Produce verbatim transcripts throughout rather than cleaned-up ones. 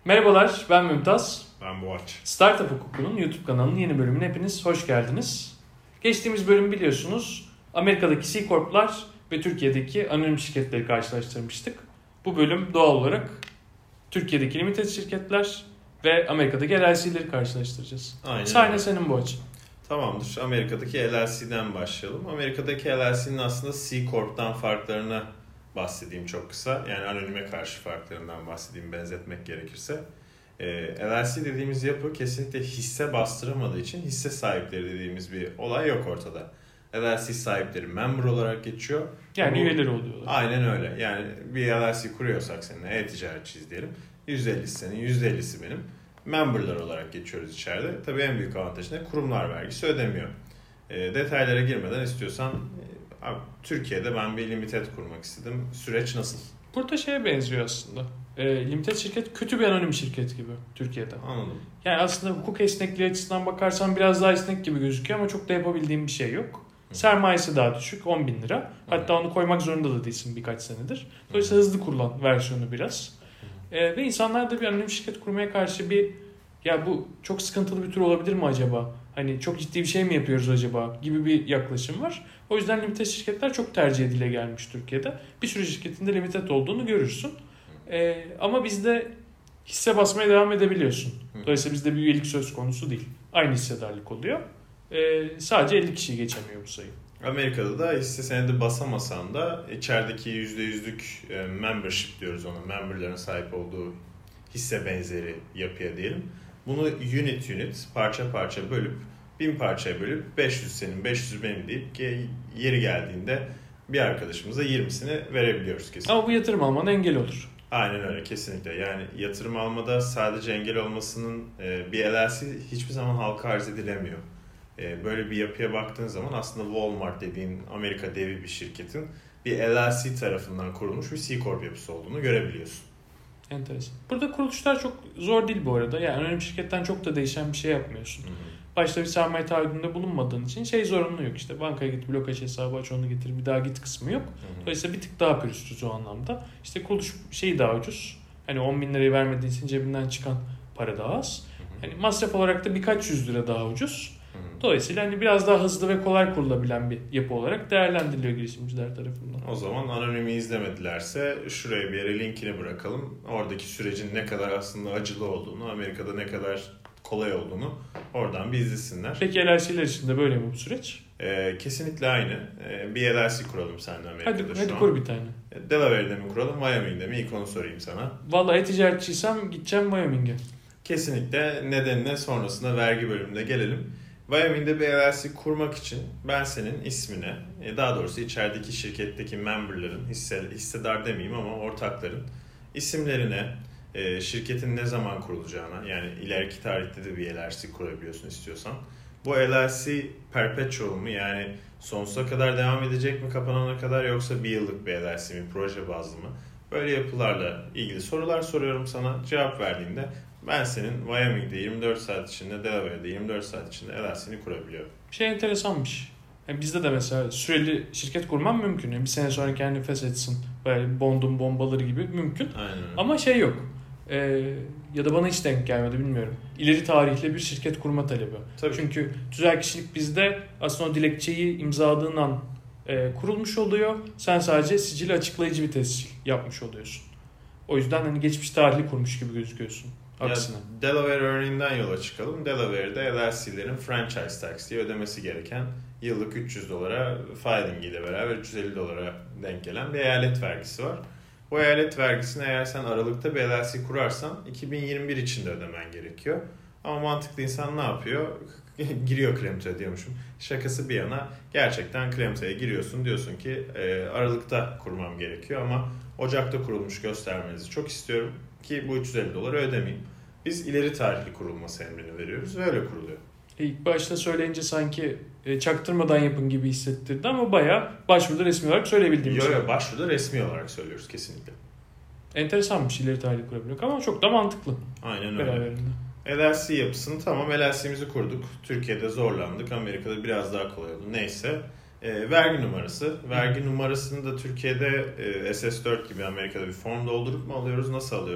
Merhabalar, ben Mümtaz. Ben Boğaç. Startup Hukuku'nun YouTube kanalının yeni bölümüne hepiniz hoş geldiniz. Geçtiğimiz bölüm biliyorsunuz Amerika'daki C Corp'lar ve Türkiye'deki anonim şirketleri karşılaştırmıştık. Bu bölüm doğal olarak Türkiye'deki limited şirketler ve Amerika'daki L L C'leri karşılaştıracağız. Aynen. Sahne senin Boğaç. Tamamdır. Amerika'daki L L C'den başlayalım. Amerika'daki L L C'nin aslında C Corp'tan farklarını bahsedeyim çok kısa. Yani anonime karşı farklarından bahsedeyim benzetmek gerekirse. E, L L C dediğimiz yapı kesinlikle hisse bastıramadığı için hisse sahipleri dediğimiz bir olay yok ortada. L L C sahipleri member olarak geçiyor. Yani Bu, üyeleri oluyorlar. Aynen öyle. Yani bir L L C kuruyorsak seninle e-ticaretçiyiz diyelim. yüzde ellisi senin, yüzde ellisi benim. Memberlar olarak geçiyoruz içeride. Tabii en büyük avantajı ne? Kurumlar vergisi ödemiyor. E, detaylara girmeden istiyorsan e, abi, Türkiye'de ben bir limited kurmak istedim. Süreç nasıl? Burada şeye benziyor aslında. E, limited şirket kötü bir anonim şirket gibi Türkiye'de. Anladım. Yani aslında hukuk esnekliği açısından bakarsan biraz daha esnek gibi gözüküyor ama çok da yapabildiğim bir şey yok. Sermayesi daha düşük, on bin lira. Hatta onu koymak zorunda da değilsin birkaç senedir. Dolayısıyla hızlı kurulan versiyonu biraz. Ee, ve insanlar da bir anonim şirket kurmaya karşı bir ya bu çok sıkıntılı bir tür olabilir mi acaba? Hani çok ciddi bir şey mi yapıyoruz acaba gibi bir yaklaşım var. O yüzden limited şirketler çok tercih edile gelmiş Türkiye'de. Bir sürü şirketin de limited olduğunu görürsün. Ee, ama bizde hisse basmaya devam edebiliyorsun. Dolayısıyla bizde bir üyelik söz konusu değil. Aynı hissedarlık oluyor. Ee, sadece elli kişi geçemiyor bu sayı. Amerika'da da hisse senedi basamasan da içerideki yüzde yüzlük membership diyoruz ona. Memberların sahip olduğu hisse benzeri yapıya diyelim. Bunu unit unit parça parça bölüp bin parçaya bölüp beş yüz senin beş yüz benim deyip yeri geldiğinde bir arkadaşımıza yirmisini verebiliyoruz kesinlikle. Ama bu yatırım almana engel olur. Aynen öyle kesinlikle. Yani yatırım almada sadece engel olmasının bir L L C hiçbir zaman halka arz edilemiyor. Böyle bir yapıya baktığın zaman aslında Walmart dediğin Amerika devi bir şirketin bir L L C tarafından kurulmuş bir C Corp yapısı olduğunu görebiliyorsun. Enteresan. Burada kuruluşlar çok zor değil bu arada. Yani anonim şirketten çok da değişen bir şey yapmıyorsun. Hı hı. Başta bir sermaye taahhüdünde bulunmadığın için şey zorunlu yok. İşte bankaya git, blokaj hesabı aç, onu getir, bir daha git kısmı yok. Hı hı. Dolayısıyla bir tık daha pürüzsüz o anlamda. İşte kuruluş şeyi daha ucuz. Hani on bin lirayı vermediğin için cebinden çıkan para daha az. Hı hı. Hani masraf olarak da birkaç yüz lira daha ucuz. Dolayısıyla hani biraz daha hızlı ve kolay kurulabilen bir yapı olarak değerlendiriliyor girişimciler tarafından. O zaman anonimi izlemedilerse şuraya bir yere linkini bırakalım. Oradaki sürecin ne kadar aslında acılı olduğunu, Amerika'da ne kadar kolay olduğunu oradan bir izlesinler. Peki L L C'ler için de böyle mi bu süreç? Ee, kesinlikle aynı. Ee, bir L L C kuralım seninle Amerika'da hadi, şu hadi an. Hadi kur bir tane. Delaware'de mi kuralım, Wyoming'de mi? İlk onu sorayım sana. Vallahi e-ticaretçiysem gideceğim Wyoming'e. Kesinlikle nedenine sonrasında vergi bölümünde gelelim. Wyoming'de bir L L C kurmak için ben senin ismine, daha doğrusu içerideki şirketteki memberların, hisse, hissedar demeyeyim ama ortakların isimlerine, şirketin ne zaman kurulacağına, yani ileriki tarihte de bir L L C kurabiliyorsun istiyorsan. Bu L L C perpetual mu, yani sonsuza kadar devam edecek mi kapanana kadar, yoksa bir yıllık bir L L C mi, proje bazlı mı? Böyle yapılarla ilgili sorular soruyorum sana, cevap verdiğinde ben senin Wyoming'de yirmi dört saat içinde, Delaware'de yirmi dört saat içinde L L C'ni kurabiliyorum. Bir şey enteresanmış. Yani bizde de mesela süreli şirket kurman mümkün. Yani bir sene sonra kendini feshetsin. Böyle bondun bombaları gibi mümkün. Aynen. Ama şey yok. Ee, ya da bana hiç denk gelmedi bilmiyorum. İleri tarihli bir şirket kurma talebi. Tabii. Çünkü tüzel kişilik bizde aslında o dilekçeyi imzaladığın an e, kurulmuş oluyor. Sen sadece sicili açıklayıcı bir tescil yapmış oluyorsun. O yüzden hani geçmiş tarihli kurmuş gibi gözüküyorsun. Aksine. Ya, Delaware örneğinden yola çıkalım. Delaware'de L L C'lerin franchise tax diye ödemesi gereken yıllık üç yüz dolara filing ile beraber üç yüz elli dolara denk gelen bir eyalet vergisi var. Bu eyalet vergisini eğer sen Aralık'ta bir L L C kurarsan iki bin yirmi bir içinde ödemen gerekiyor. Ama mantıklı insan ne yapıyor? Giriyor Klemto'ya diyormuşum. Şakası bir yana gerçekten Klemto'ya giriyorsun. Diyorsun ki e, Aralık'ta kurmam gerekiyor ama Ocak'ta kurulmuş göstermenizi çok istiyorum ki bu üç yüz elli doları ödemeyeyim. Biz ileri tarihli kurulması emrini veriyoruz ve öyle kuruluyor. İlk başta söyleyince sanki e, çaktırmadan yapın gibi hissettirdi ama bayağı başvuruda resmi olarak söyleyebildiğimiz şey. Yok yok başvuruda resmi olarak söylüyoruz kesinlikle. Enteresanmış ileri tarihli kurabilmek ama çok da mantıklı. Aynen öyle. Beraberinde. L L C yapısını tamam L L C'mizi kurduk. Türkiye'de zorlandık. Amerika'da biraz daha kolay oldu. Neyse. E, vergi numarası. Vergi Hı. numarasını da Türkiye'de e, S S dört gibi Amerika'da bir form doldurup mu alıyoruz? Nasıl alıyoruz?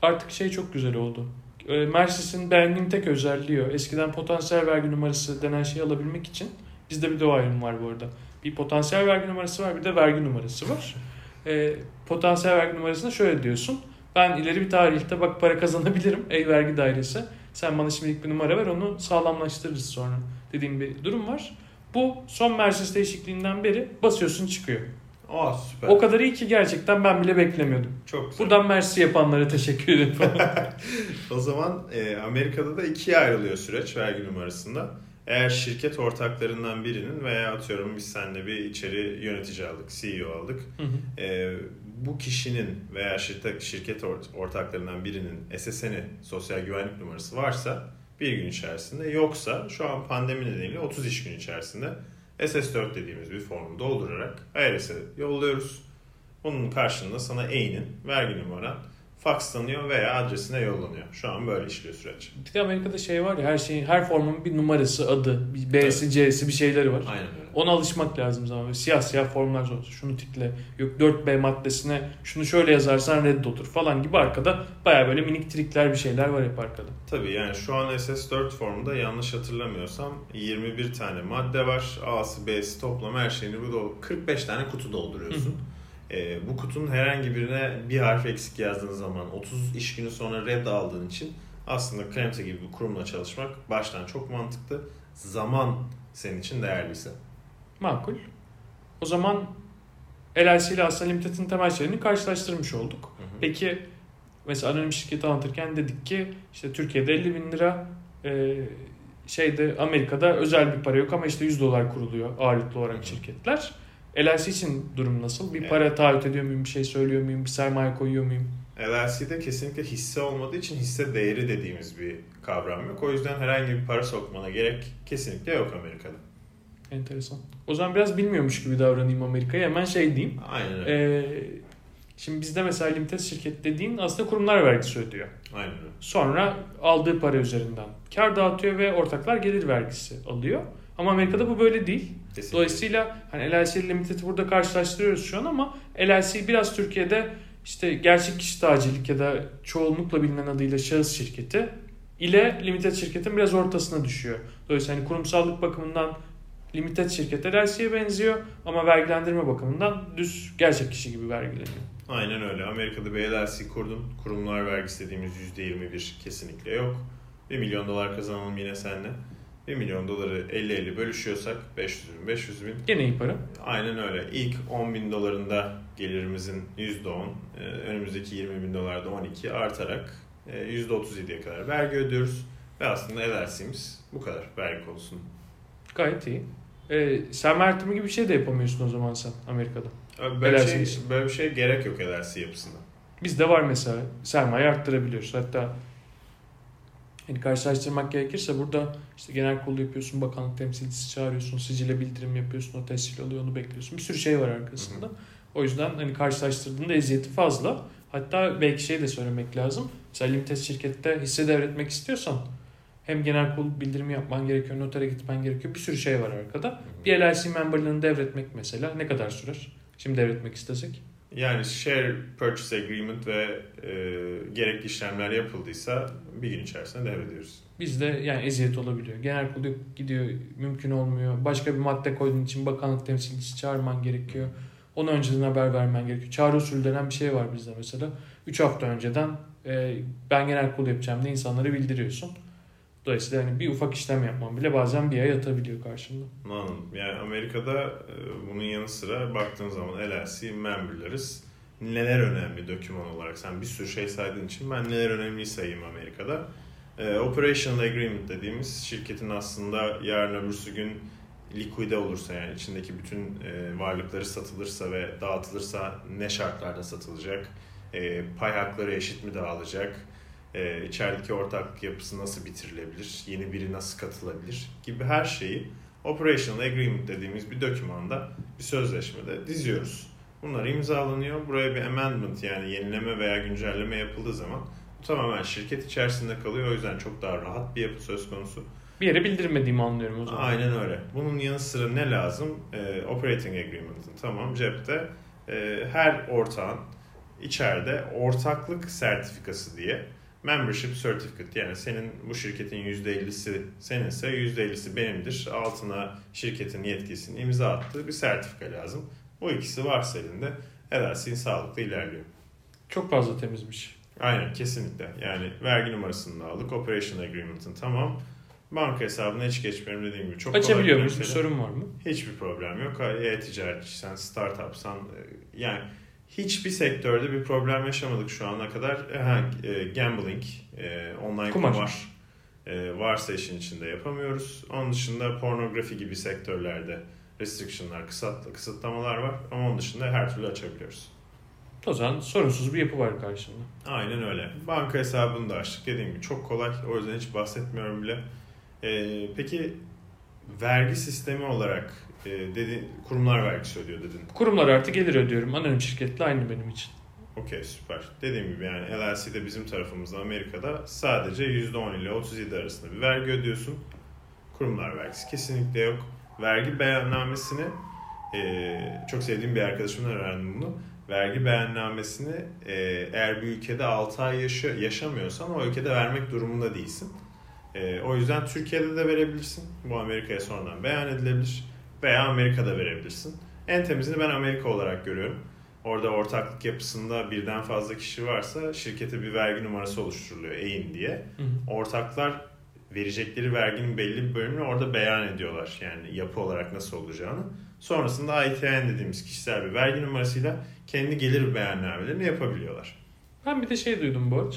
artık şey çok güzel oldu. E, Mercedes'in beğendiğim tek özelliği o. Eskiden potansiyel vergi numarası denen şeyi alabilmek için bizde bir de o ayrım var bu arada. Bir potansiyel vergi numarası var, bir de vergi numarası var. E, potansiyel vergi numarasına şöyle diyorsun. Ben ileri bir tarihte bak para kazanabilirim ey vergi dairesi. Sen bana şimdilik bir numara ver, onu sağlamlaştırırız sonra dediğim bir durum var. Bu son Mercedes değişikliğinden beri basıyorsun çıkıyor. Aa, süper. O kadar iyi ki gerçekten ben bile beklemiyordum. Çok güzel. Buradan Mersi yapanlara teşekkür ederim. O zaman e, Amerika'da da ikiye ayrılıyor süreç vergi numarasında. Eğer şirket ortaklarından birinin veya atıyorum biz seninle bir içeri yönetici aldık, C E O aldık. Hı hı. E, bu kişinin veya şirket, şirket ortaklarından birinin S S N'i, sosyal güvenlik numarası varsa bir gün içerisinde, yoksa şu an pandemi nedeniyle otuz iş gün içerisinde S S dört dediğimiz bir formu doldurarak I R S'e yolluyoruz. Bunun karşılığında sana E'nin vergi numaran fakslanıyor veya adresine yollanıyor. Şu an böyle işliyor süreç. Bir de Amerika'da şey var ya, her şeyin, her formun bir numarası, adı, bir B'si, C'si bir şeyleri var. Aynen öyle. Ona alışmak lazım zaman. Böyle siyah siyah formlar olsun. Şunu tikle. Yok dört B maddesine şunu şöyle yazarsan reddotur falan gibi arkada baya böyle minik trikler, bir şeyler var hep arkada. Tabii yani şu an S S dört formunda yanlış hatırlamıyorsam yirmi bir tane madde var. A'sı B'si toplam her şeyini bu kırk beş tane kutu dolduruyorsun. Hı hı. E, bu kutunun herhangi birine bir harf eksik yazdığın zaman otuz iş günü sonra red aldığın için aslında Clemte gibi bir kurumla çalışmak baştan çok mantıklı. Zaman senin için değerliyse. Makul. O zaman L L C ile aslında Limited'in temel şeylerini karşılaştırmış olduk. Hı hı. Peki mesela anonim şirketi anlatırken dedik ki işte Türkiye'de elli bin lira, e, şeyde Amerika'da özel bir para yok ama işte yüz dolar kuruluyor ağırlıklı olarak, hı hı, şirketler. L L C için durum nasıl? Bir evet. para taahhüt ediyor muyum? Bir şey söylüyor muyum? Bir sermaye koyuyor muyum? L L C'de kesinlikle hisse olmadığı için hisse değeri dediğimiz bir kavram yok. O yüzden herhangi bir para sokmana gerek kesinlikle yok Amerika'da. Enteresan. O zaman biraz bilmiyormuş gibi davranayım Amerika'ya. Hemen şey diyeyim. Aynen öyle. Ee, şimdi bizde mesela limited şirket dediğin aslında kurumlar vergisi ödüyor. Aynen öyle. Sonra aldığı para üzerinden kar dağıtıyor ve ortaklar gelir vergisi alıyor. Ama Amerika'da bu böyle değil. Kesinlikle. Dolayısıyla hani L L C ile Limited'i burada karşılaştırıyoruz şu an ama L L C biraz Türkiye'de işte gerçek kişi tacirlik ya da çoğunlukla bilinen adıyla şahıs şirketi ile Limited şirketin biraz ortasına düşüyor. Dolayısıyla hani kurumsallık bakımından Limited şirket L L C'ye benziyor ama vergilendirme bakımından düz gerçek kişi gibi vergileniyor. Aynen öyle. Amerika'da bir L L C kurdun. Kurumlar vergisi dediğimiz yüzde yirmi bir kesinlikle yok. bir milyon dolar kazanalım yine seninle. bir milyon doları elli elli bölüşüyorsak beş yüz bin beş yüz bin. Gene iyi para. Aynen öyle. İlk on bin dolarında gelirimizin yüzde on, önümüzdeki yirmi bin dolarda on iki artarak yüzde otuz yediye kadar vergi ödüyoruz. Ve aslında L L C'miz bu kadar vergi konusunda. Gayet iyi. Ee, sermaye artırımı gibi bir şey de yapamıyorsun o zaman sen Amerika'da. Böyle bir, şey, böyle bir şey gerek yok L L C yapısında. Bizde var mesela, sermaye arttırabiliyoruz. Hatta yani karşılaştırmak gerekirse burada işte genel kurulu yapıyorsun, bakanlık temsilcisi çağırıyorsun, sicile bildirim yapıyorsun, o tescil alıyor, onu bekliyorsun. Bir sürü şey var arkasında. Hı hı. O yüzden hani karşılaştırdığında eziyeti fazla. Hatta belki şey de söylemek lazım. Mesela limited şirkette hisse devretmek istiyorsan hem genel kurul bildirimi yapman gerekiyor, notere gitmen gerekiyor. Bir sürü şey var arkada. Hı hı. Bir L L C memberlığını devretmek mesela ne kadar sürer? Şimdi devretmek istesek. Yani share purchase agreement ve e, gerekli işlemler yapıldıysa bir gün içerisinde devrediyoruz. Bizde yani eziyet olabiliyor. Genel kurul gidiyor, mümkün olmuyor. Başka bir madde koyduğun için bakanlık temsilcisi çağırman gerekiyor. Onu önceden haber vermen gerekiyor. Çağrı usulü denen bir şey var bizde mesela. üç hafta önceden e, ben genel kurul yapacağım diye insanlara bildiriyorsun. Dolayısıyla hani bir ufak işlem yapman bile bazen bir ay yatabiliyor karşında. Anladım. Yani Amerika'da bunun yanı sıra baktığın zaman L L C memberlarız. Neler önemli doküman olarak? Sen bir sürü şey saydığın için ben neler önemli sayayım Amerika'da. E, Operational Agreement dediğimiz şirketin aslında yarın öbürsü gün likvide olursa, yani içindeki bütün e, varlıkları satılırsa ve dağıtılırsa ne şartlarda satılacak? E, pay hakları eşit mi dağılacak? Ee, içerideki ortaklık yapısı nasıl bitirilebilir, yeni biri nasıl katılabilir gibi her şeyi Operational Agreement dediğimiz bir dokümanda, bir sözleşmede diziyoruz. Bunlar imzalanıyor. Buraya bir amendment, yani yenileme veya güncelleme yapıldığı zaman bu tamamen şirket içerisinde kalıyor. O yüzden çok daha rahat bir yapı söz konusu. Bir yere bildirmediğimi anlıyorum o zaman. Aynen öyle. Bunun yanı sıra ne lazım? Ee, Operating Agreement'ın tamam cepte. Ee, her ortağın içeride ortaklık sertifikası diye membership certificate, yani senin bu şirketin yüzde ellisi seninse yüzde ellisi benimdir. Altına şirketin yetkisini imza attığı bir sertifika lazım. Bu ikisi varsa elinde L L C'nin sağlıklı ilerliyor. Çok fazla temizmiş. Aynen, kesinlikle. Yani vergi numarasını da aldık. Operation Agreement'ın tamam. Banka hesabına hiç geçmiyorum dediğim gibi. Çok açabiliyor muyuz? Bir sorun var mı? Hiçbir problem yok. E-ticaretçisen, startupsan, yani hiçbir sektörde bir problem yaşamadık şu ana kadar. Ha, e, gambling, e, online kumar, kumar e, varsa işin içinde yapamıyoruz. Onun dışında pornografi gibi sektörlerde restriction'lar, kısıt, kısıtlamalar var. Ama onun dışında her türlü açabiliyoruz. O zaman sorunsuz bir yapı var karşında. Aynen öyle. Banka hesabını da açtık. Dediğim gibi çok kolay. O yüzden hiç bahsetmiyorum bile. Ee, peki vergi sistemi olarak e, dedi, kurumlar vergisi ödüyor dedin. Kurumlar artı gelir ödüyorum. Anonim şirketle aynı benim için. Okey, süper. Dediğim gibi yani L L C'de bizim tarafımızda Amerika'da sadece yüzde on ile otuz yedi arasında bir vergi ödüyorsun. Kurumlar vergisi kesinlikle yok. Vergi beyannamesini e, çok sevdiğim bir arkadaşımdan öğrendim bunu. Vergi beyannamesini e, eğer bir ülkede altı ay yaşa, yaşamıyorsan o ülkede vermek durumunda değilsin. E, o yüzden Türkiye'de de verebilirsin. Bu Amerika'ya sonradan beyan edilebilir. Veya Amerika'da verebilirsin. En temizini ben Amerika olarak görüyorum. Orada ortaklık yapısında birden fazla kişi varsa şirkete bir vergi numarası oluşturuluyor E İ N diye. Hı hı. Ortaklar verecekleri verginin belli bir bölümünü orada beyan ediyorlar. Yani yapı olarak nasıl olacağını. Sonrasında I T N dediğimiz kişisel bir vergi numarasıyla kendi gelir beyannamelerini yapabiliyorlar. Ben bir de şey duydum Borç.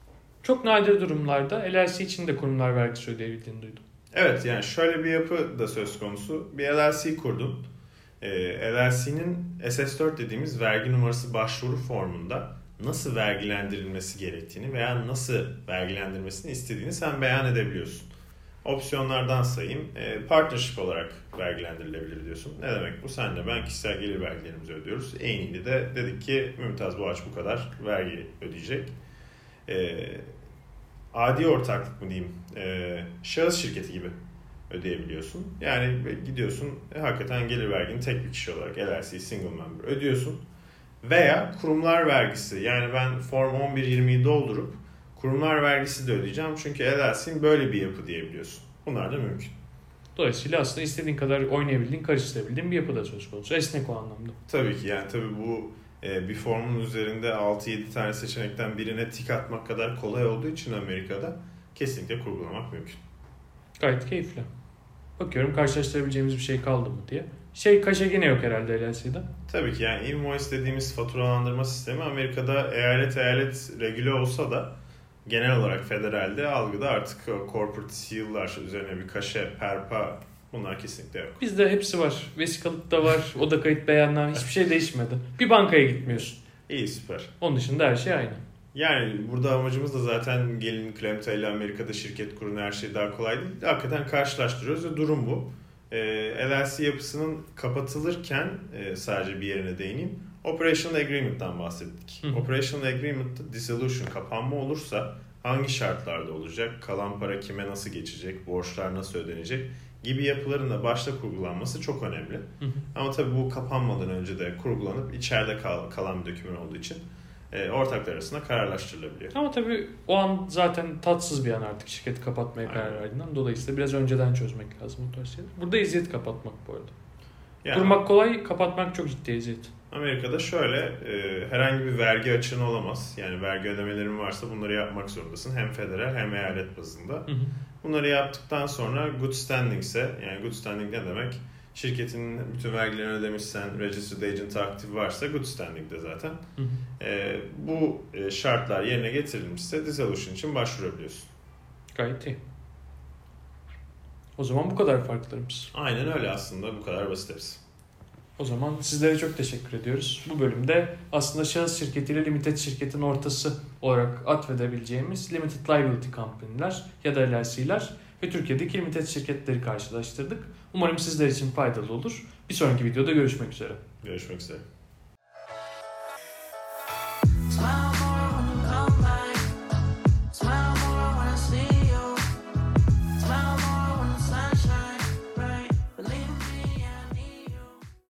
Çok nadir durumlarda L L C için de kurumlar vergisi ödeyebildiğini duydum. Evet, yani şöyle bir yapı da söz konusu. Bir L L C kurdun. Ee, L L C'nin S S dört dediğimiz vergi numarası başvuru formunda nasıl vergilendirilmesi gerektiğini veya nasıl vergilendirmesini istediğini sen beyan edebiliyorsun. Opsiyonlardan sayayım. E, partnership olarak vergilendirilebilir diyorsun. Ne demek bu? Senle ben kişisel gelir vergilerimizi ödüyoruz. En iyi de dedik ki Mümtaz Boğaç bu kadar vergi ödeyecek. E, adi ortaklık mı diyeyim? E, şahıs şirketi gibi ödeyebiliyorsun. Yani gidiyorsun e, hakikaten gelir vergini tek bir kişi olarak L L C single member ödüyorsun. Veya kurumlar vergisi. Yani ben Form on bir yirmiyi doldurup kurumlar vergisi de ödeyeceğim. Çünkü L L C'nin böyle bir yapı diyebiliyorsun. Bunlar da mümkün. Dolayısıyla aslında istediğin kadar oynayabildiğin, karıştırabildiğin bir yapı da söz konusu. Esnek o anlamda. Tabii ki, yani tabii bu e, bir formun üzerinde altı yedi tane seçenekten birine tik atmak kadar kolay olduğu için Amerika'da kesinlikle kurgulamak mümkün. Gayet keyifli. Bakıyorum karşılaştırabileceğimiz bir şey kaldı mı diye. Şey kaşe gene yok herhalde L L C'de. Tabii ki, yani invoice dediğimiz faturalandırma sistemi Amerika'da eyalet eyalet regüle olsa da genel olarak federalde algıda artık corporate seal'lar üzerine bir kaşe, perpa, bunlar kesinlikle yok. Bizde hepsi var. Vesikalık da var. Oda kayıt beyanname, hiçbir şey değişmedi. Bir bankaya gitmiyorsun. İyi, süper. Onun dışında her şey aynı. Yani burada amacımız da zaten gelin Clemta ile Amerika'da şirket kurun, her şey daha kolay değil. Hakikaten karşılaştırıyoruz ve durum bu. E, L L C yapısının kapatılırken e, sadece bir yerine değineyim. Operational Agreement'tan bahsettik. Hı. Operational Agreement'ta dissolution, kapanma olursa hangi şartlarda olacak, kalan para kime nasıl geçecek, borçlar nasıl ödenecek gibi yapıların da başta kurgulanması çok önemli. Hı hı. Ama tabii bu kapanmadan önce de kurgulanıp içeride kal- kalan bir doküman olduğu için e, ortaklar arasında kararlaştırılabiliyor. Ama tabii o an zaten tatsız bir an artık şirketi kapatmaya Aynen. karar verdiğinden. Dolayısıyla biraz önceden çözmek lazım o tarz şeyler. Burada eziyet kapatmak bu arada. Yani, kurmak kolay, kapatmak çok ciddi eziyet. Amerika'da şöyle, e, herhangi bir vergi açığın olamaz. Yani vergi ödemelerin varsa bunları yapmak zorundasın. Hem federal hem eyalet bazında. Hı hı. Bunları yaptıktan sonra good standing ise, yani good standing ne demek? Şirketin bütün vergilerini ödemişsen, registered agent aktif varsa good standing'de zaten. Hı hı. E, bu şartlar yerine getirilmişse dissolution için başvurabiliyorsun. Gayet iyi. O zaman bu kadar farklarımız. Aynen öyle, aslında bu kadar basit hepsi. O zaman sizlere çok teşekkür ediyoruz. Bu bölümde aslında şahıs şirketiyle limited şirketin ortası olarak atfedebileceğimiz limited liability company'ler ya da L L C'ler ve Türkiye'deki limited şirketleri karşılaştırdık. Umarım sizler için faydalı olur. Bir sonraki videoda görüşmek üzere. Görüşmek üzere.